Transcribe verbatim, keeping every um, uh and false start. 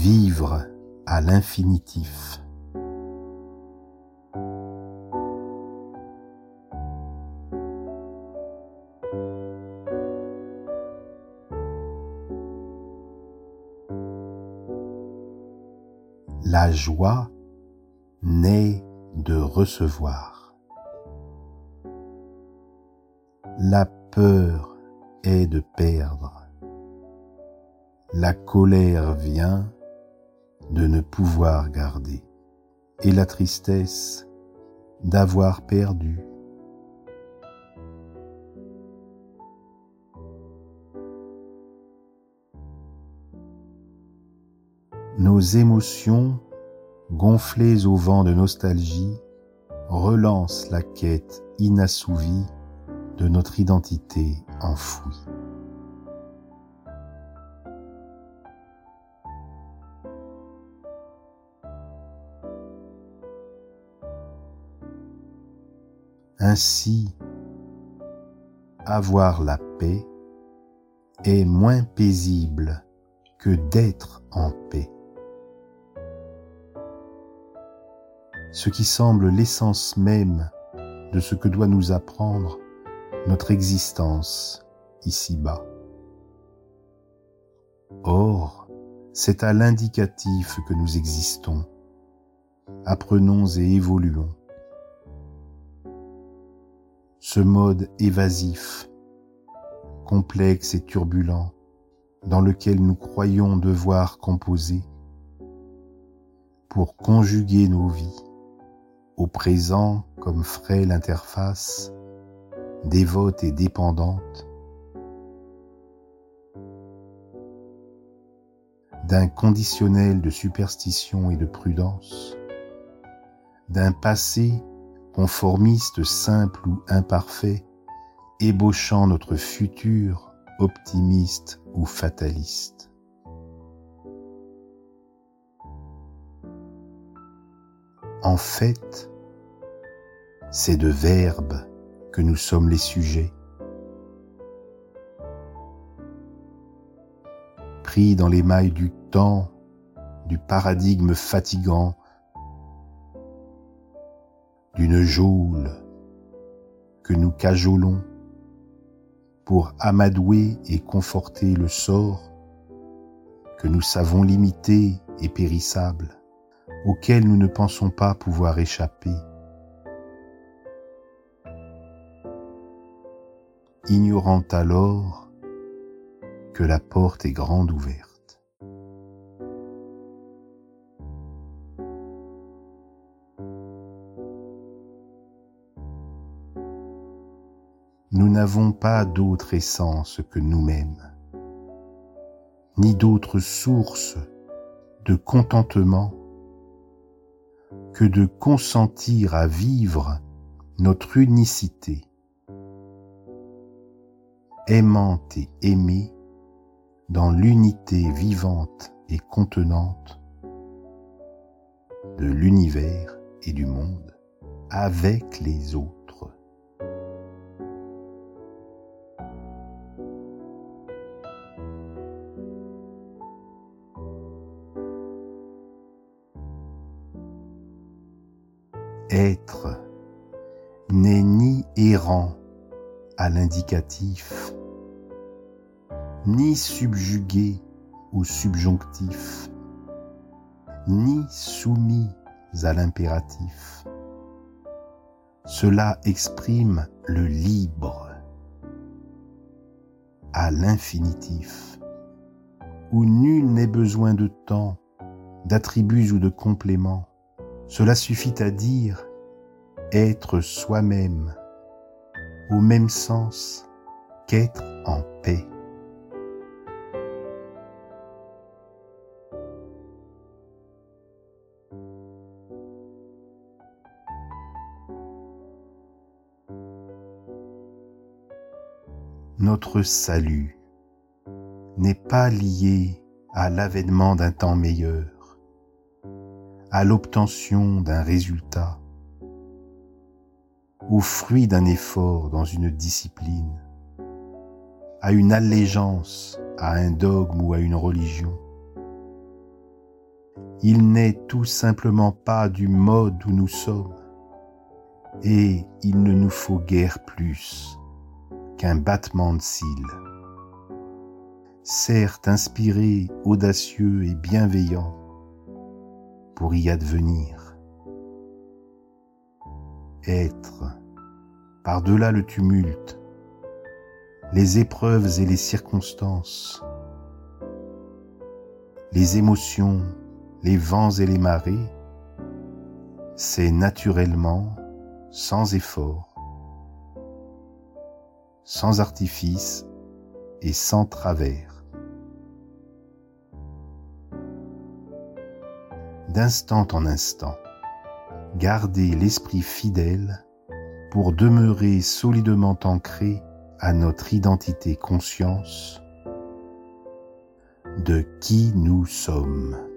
Vivre à l'infinitif. La joie naît de recevoir. La peur est de perdre. La colère vient de ne pouvoir garder, et la tristesse d'avoir perdu. Nos émotions, gonflées au vent de nostalgie, relancent la quête inassouvie de notre identité enfouie. Ainsi, avoir la paix est moins paisible que d'être en paix. Ce qui semble l'essence même de ce que doit nous apprendre notre existence ici-bas. Or, c'est à l'indicatif que nous existons. Apprenons et évoluons. Ce mode évasif, complexe et turbulent, dans lequel nous croyons devoir composer, pour conjuguer nos vies, au présent comme frêle interface, dévote et dépendante, d'un conditionnel de superstition et de prudence, d'un passé conformiste simple ou imparfait, ébauchant notre futur optimiste ou fataliste. En fait, c'est de verbes que nous sommes les sujets. Pris dans les mailles du temps, du paradigme fatigant, d'une geôle que nous cajolons pour amadouer et conforter le sort que nous savons limité et périssable, auquel nous ne pensons pas pouvoir échapper. Ignorant alors que la porte est grande ouverte. Nous n'avons pas d'autre essence que nous-mêmes, ni d'autre source de contentement que de consentir à vivre notre unicité, aimante et aimée dans l'unité vivante et contenante de l'univers et du monde avec les autres. Être n'est ni errant à l'indicatif, ni subjugué au subjonctif, ni soumis à l'impératif. Cela exprime le libre à l'infinitif, où nul n'est besoin de temps, d'attributs ou de compléments. Cela suffit à dire être soi-même, au même sens qu'être en paix. Notre salut n'est pas lié à l'avènement d'un temps meilleur, à l'obtention d'un résultat, au fruit d'un effort dans une discipline, à une allégeance à un dogme ou à une religion. Il n'est tout simplement pas du mode où nous sommes, et il ne nous faut guère plus qu'un battement de cils. Certes inspiré, audacieux et bienveillant, pour y advenir. Être, par-delà le tumulte, les épreuves et les circonstances, les émotions, les vents et les marées, c'est naturellement, sans effort, sans artifice et sans travers. D'instant en instant, gardez l'esprit fidèle pour demeurer solidement ancré à notre identité conscience de qui nous sommes.